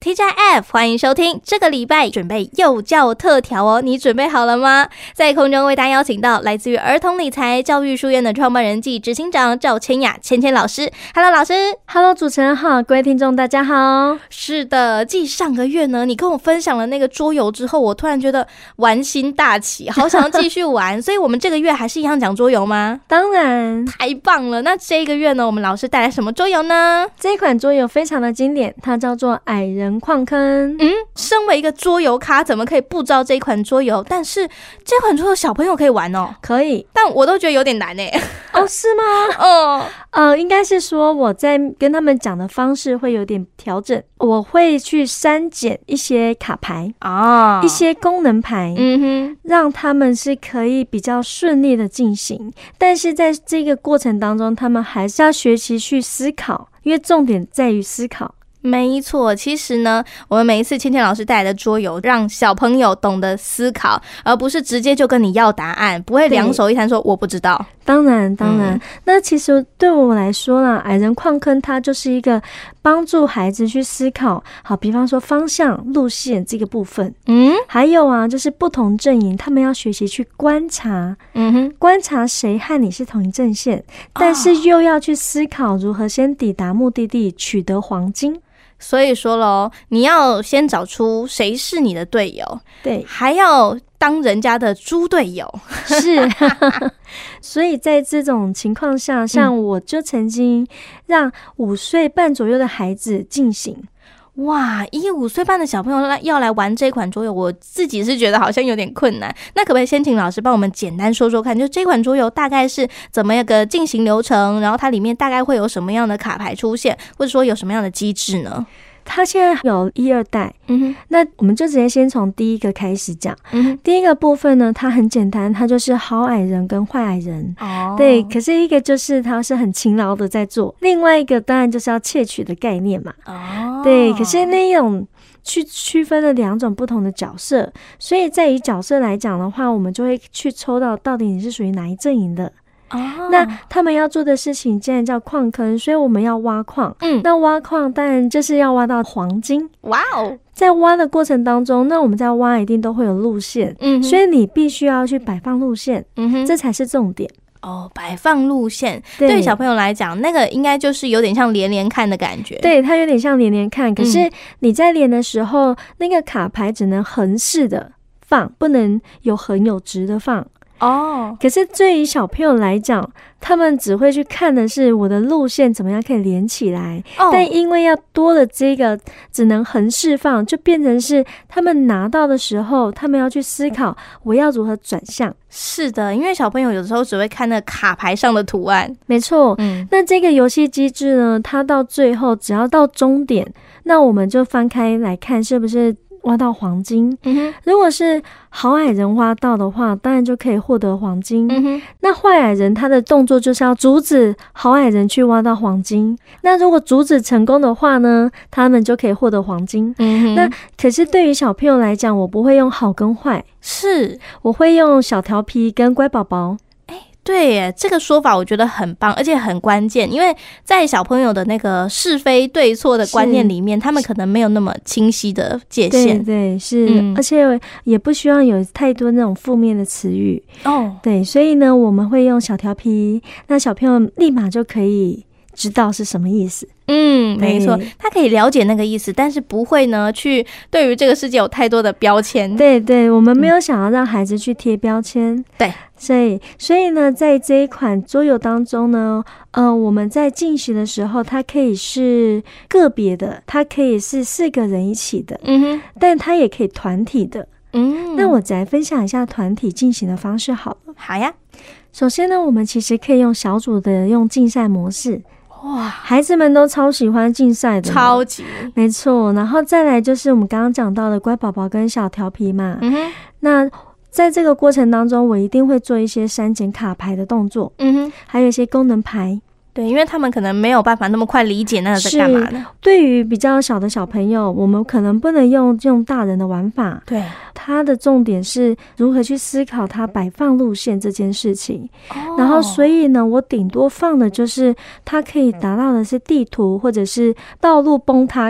TGIF， 欢迎收听这个礼拜准备幼教特调哦，你准备好了吗？在空中为大家邀请到来自于儿童理财教育书院的创办人暨执行长赵千雅芊芊老师。Hello， 老师。 Hello， 主持人好，各位听众大家好。 是的，继上个月呢，你跟我分享了那个桌游之后，我突然觉得玩心大起，好想要继续玩，所以我们这个月还是一样讲桌游吗？ 当然， 太棒了。那这个月呢，我们老师带来什么桌游呢？ 这款桌游非常的经典，它叫做矮人矿坑。 身为一个桌游咖，怎么可以不知道这一款桌游？但是这款桌游小朋友可以玩哦。 可以， 但我都觉得有点难耶。 哦，是吗？应该是说我在跟他们讲的方式会有点调整，我会去删减一些卡牌一些功能牌，让他们是可以比较顺利的进行。但是在这个过程当中，他们还是要学习去思考，因为重点在于思考。 没错，其实呢，我们每一次芊芊老师带来的桌游，让小朋友懂得思考，而不是直接就跟你要答案，不会两手一摊说我不知道。 当然，那其实对我来说啦，矮人矿坑它就是一个帮助孩子去思考，好，比方说方向、路线这个部分。还有啊，就是不同阵营，他们要学习去观察，观察谁和你是同一阵线，但是又要去思考如何先抵达目的地，取得黄金。 所以说咯，你要先找出谁是你的队友， 对， 还要当人家的猪队友。 是所以在这种情况下，像我就曾经让5岁半左右的孩子进行。 哇，以5岁半的小朋友要来玩这款桌游，我自己是觉得好像有点困难。那可不可以先请老师帮我们简单说说看，就这款桌游大概是怎么样个进行流程，然后它里面大概会有什么样的卡牌出现，或者说有什么样的机制呢？ 它现在有1、2代，那我们就直接先从第一个开始讲。第一个部分呢，它很简单，它就是好矮人跟坏矮人。对，可是一个就是他是很勤劳的在做，另外一个当然就是要窃取的概念嘛。对，可是那种去区分了2种不同的角色，所以在以角色来讲的话，我们就会去抽到底你是属于哪一阵营的。那他们要做的事情既然叫矿坑，所以我们要挖矿。那挖矿当然就是要挖到黄金。哇哦！在挖的过程当中，那我们在挖一定都会有路线，所以你必须要去摆放路线，这才是重点。 摆放路线对小朋友来讲，那个应该就是有点像连连看的感觉。 对，它有点像连连看，可是你在连的时候，那个卡牌只能横式的放，不能有横有直的放。可是对于小朋友来讲，他们只会去看的是我的路线怎么样可以连起来。但因为要多了这个只能横式放，就变成是他们拿到的时候，他们要去思考我要如何转向。 是的，因为小朋友有时候只会看那卡牌上的图案。 没错。那这个游戏机制呢，它到最后只要到终点，那我们就翻开来看是不是挖到黄金。如果是好矮人挖到的话，当然就可以获得黄金。那坏矮人他的动作就是要阻止好矮人去挖到黄金。那如果阻止成功的话呢，他们就可以获得黄金。那可是对于小朋友来讲，我不会用好跟坏，是我会用小调皮跟乖宝宝。 对耶，这个说法我觉得很棒，而且很关键，因为在小朋友的那个是非对错的观念里面，他们可能没有那么清晰的界限。 对，是，而且也不希望有太多那种负面的词语。对，所以呢，我们会用小调皮，那小朋友立马就可以知道是什么意思。 没错，他可以了解那个意思，但是不会呢去对于这个世界有太多的标签。 对，我们没有想要让孩子去贴标签。对，所以呢，在这一款桌游当中呢，我们在进行的时候，它可以是个别的，它可以是4个人一起的，但它也可以团体的。那我再分享一下团体进行的方式好了。 好呀。 首先呢，我们其实可以用小组的用竞赛模式。孩子们都超喜欢竞赛的， 超级没错。然后再来就是我们刚刚讲到的乖宝宝跟小调皮嘛。那在这个过程当中，我一定会做一些删减卡牌的动作，还有一些功能牌。 对，因为他们可能没有办法那么快理解那个在干嘛的。 对于比较小的小朋友，我们可能不能用大人的玩法。对，它的重点是如何去思考它摆放路线这件事情。然后所以呢，我顶多放的就是它可以达到的是地图或者是道路崩塌卡。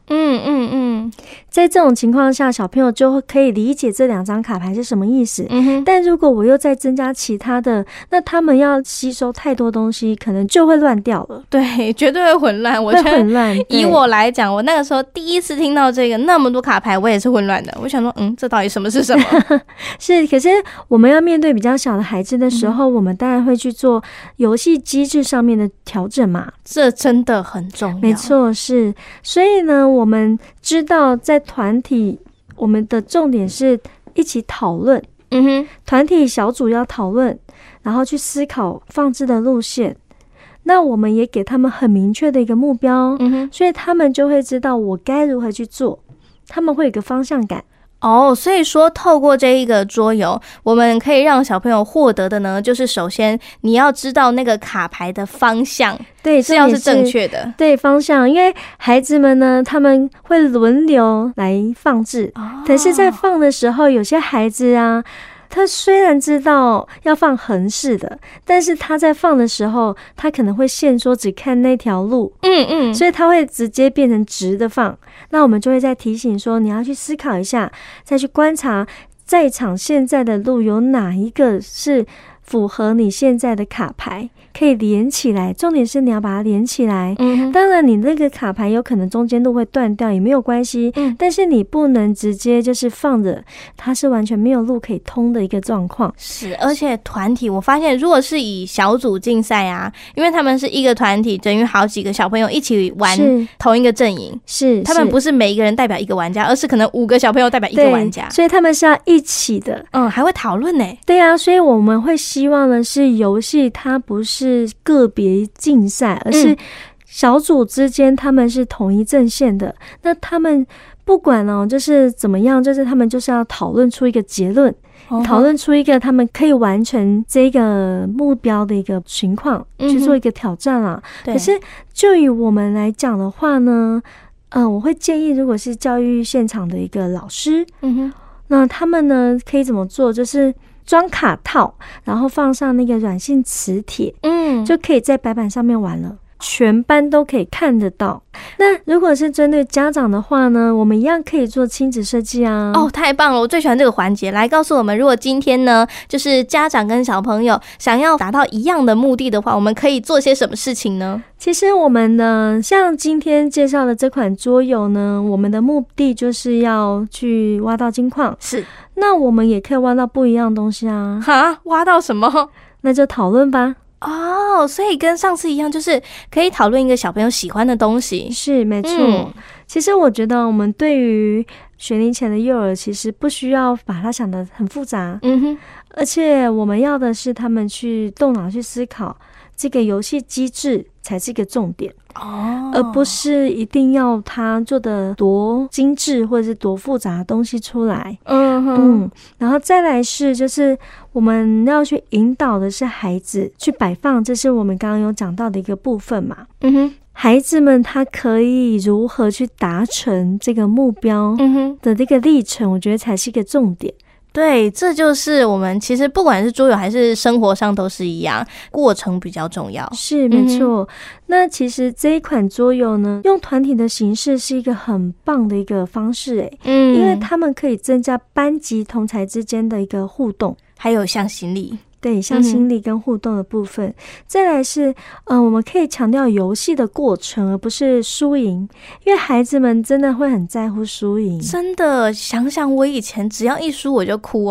在这种情况下，小朋友就可以理解这2张卡牌是什么意思。但如果我又再增加其他的，那他们要吸收太多东西，可能就会乱掉了。 对，绝对会混乱。我觉得以我来讲，我那个时候第一次听到这个那么多卡牌，我也是混乱的。我想说，这到底什么是什么？ 是，可是我们要面对比较小的孩子的时候，我们当然会去做游戏机制上面的调整嘛。 这真的很重要。 没错，是。所以呢，我们知道在团体，我们的重点是一起讨论。团体小组要讨论，然后去思考放置的路线。那我们也给他们很明确的一个目标，所以他们就会知道我该如何去做，他们会有一个方向感。 所以说透过这一个桌游，我们可以让小朋友获得的呢，就是首先你要知道那个卡牌的方向， 对， 是要是正确的， 对，方向。因为孩子们呢，他们会轮流来放置，可是在放的时候，有些孩子啊，他虽然知道要放横式的，但是他在放的时候，他可能会限缩只看那条路，所以他会直接变成直的放。那我们就会再提醒说，你要去思考一下，再去观察在场现在的路有哪一个是符合你现在的卡牌，可以连起来。重点是你要把它连起来。当然你那个卡牌有可能中间路会断掉也没有关系，但是你不能直接就是放着，它是完全没有路可以通的一个状况。 是，而且团体我发现如果是以小组竞赛啊，因为他们是一个团体，等于好几个小朋友一起玩同一个阵营， 是他们不是每一个人代表一个玩家，而是可能5个小朋友代表一个玩家， 所以他们是要一起的。 还会讨论呢。 对啊，所以我们会希望的是游戏它不是个别竞赛，而是小组之间他们是统一阵线的。那他们不管就是怎么样，就是他们就是要讨论出一个结论，讨论出一个他们可以完成这个目标的一个情况，去做一个挑战啦。可是就以我们来讲的话呢，我会建议如果是教育现场的一个老师，那他们呢可以怎么做，就是装卡套，然后放上那个软性磁铁，就可以在白板上面玩了，全班都可以看得到。那如果是针对家长的话呢，我们一样可以做亲子设计啊。 太棒了，我最喜欢这个环节。来告诉我们，如果今天呢，就是家长跟小朋友想要达到一样的目的的话，我们可以做些什么事情呢？ 其实我们呢，像今天介绍的这款桌游呢，我们的目的就是要去挖到金矿。 是， 那我们也可以挖到不一样的东西啊。 挖到什么？ 那就讨论吧。 所以跟上次一样，就是可以讨论一个小朋友喜欢的东西。 是，没错。其实我觉得我们对于学龄前的幼儿，其实不需要把它想得很复杂。而且我们要的是他们去动脑去思考，这个游戏机制才是一个重点。而不是一定要他做的多精致或者是多复杂的东西出来。然后再来是就是我们要去引导的是孩子去摆放，这是我们刚刚有讲到的一个部分嘛。孩子们他可以如何去达成这个目标的这个历程，我觉得才是一个重点。 对，这就是我们其实不管是桌游还是生活上都是一样，过程比较重要。 是，没错。那其实这一款桌游呢，用团体的形式是一个很棒的一个方式因为他们可以增加班级同侪之间的一个互动， 还有向心力。 对，向心力跟互动的部分。再来是我们可以强调游戏的过程，而不是输赢，因为孩子们真的会很在乎输赢。 真的，想想我以前只要一输我就哭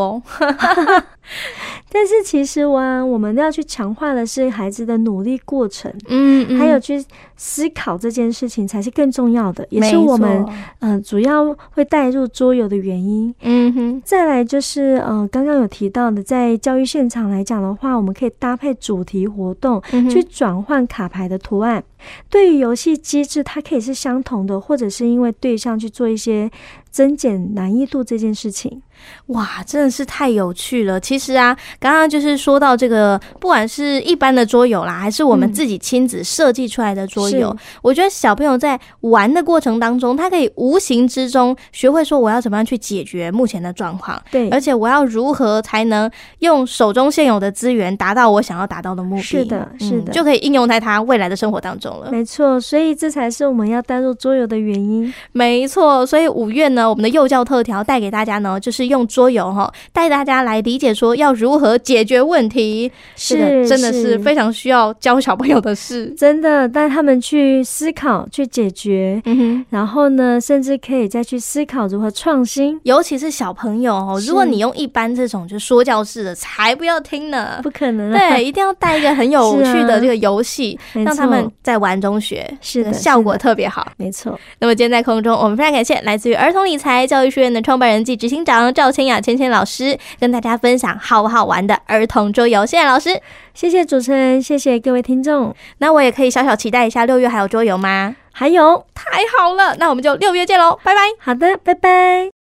但是其实我们要去强化的是孩子的努力过程，还有去思考这件事情才是更重要的，也是我们主要会带入桌游的原因。再来就是刚刚有提到的，在教育现场来讲的话，我们可以搭配主题活动去转换卡牌的图案。对于游戏机制，它可以是相同的，或者是因为对象去做一些增减难易度这件事情。 哇，真的是太有趣了。其实啊，刚刚就是说到这个，不管是一般的桌游啦，还是我们自己亲子设计出来的桌游，我觉得小朋友在玩的过程当中，他可以无形之中学会说我要怎么样去解决目前的状况， 对， 而且我要如何才能用手中现有的资源达到我想要达到的目的。 是的，是的， 就可以应用在他未来的生活当中。 中了。 没错，所以这才是我们要带入桌游的原因。 没错，所以5月呢，我们的幼教特调带给大家呢，就是用桌游带大家来理解说要如何解决问题。这个真的是非常需要教小朋友的事， 真的带他们去思考、去解决，然后呢，甚至可以再去思考如何创新。 尤其是小朋友如果你用一般这种就说教式的，才不要听呢， 不可能。 对，一定要带一个很有趣的这个游戏，让他们在玩中学， 是的， 效果特别好。 没错。 那么今天在空中，我们非常感谢来自于儿童理财教育学院的创办人暨执行长赵千雅千老师，跟大家分享好不好玩的儿童桌游。谢谢老师。 谢谢主持人，谢谢各位听众。 那我也可以小小期待一下6月还有桌游吗？ 还有， 太好了，那我们就6月见喽，拜拜。 好的，拜拜。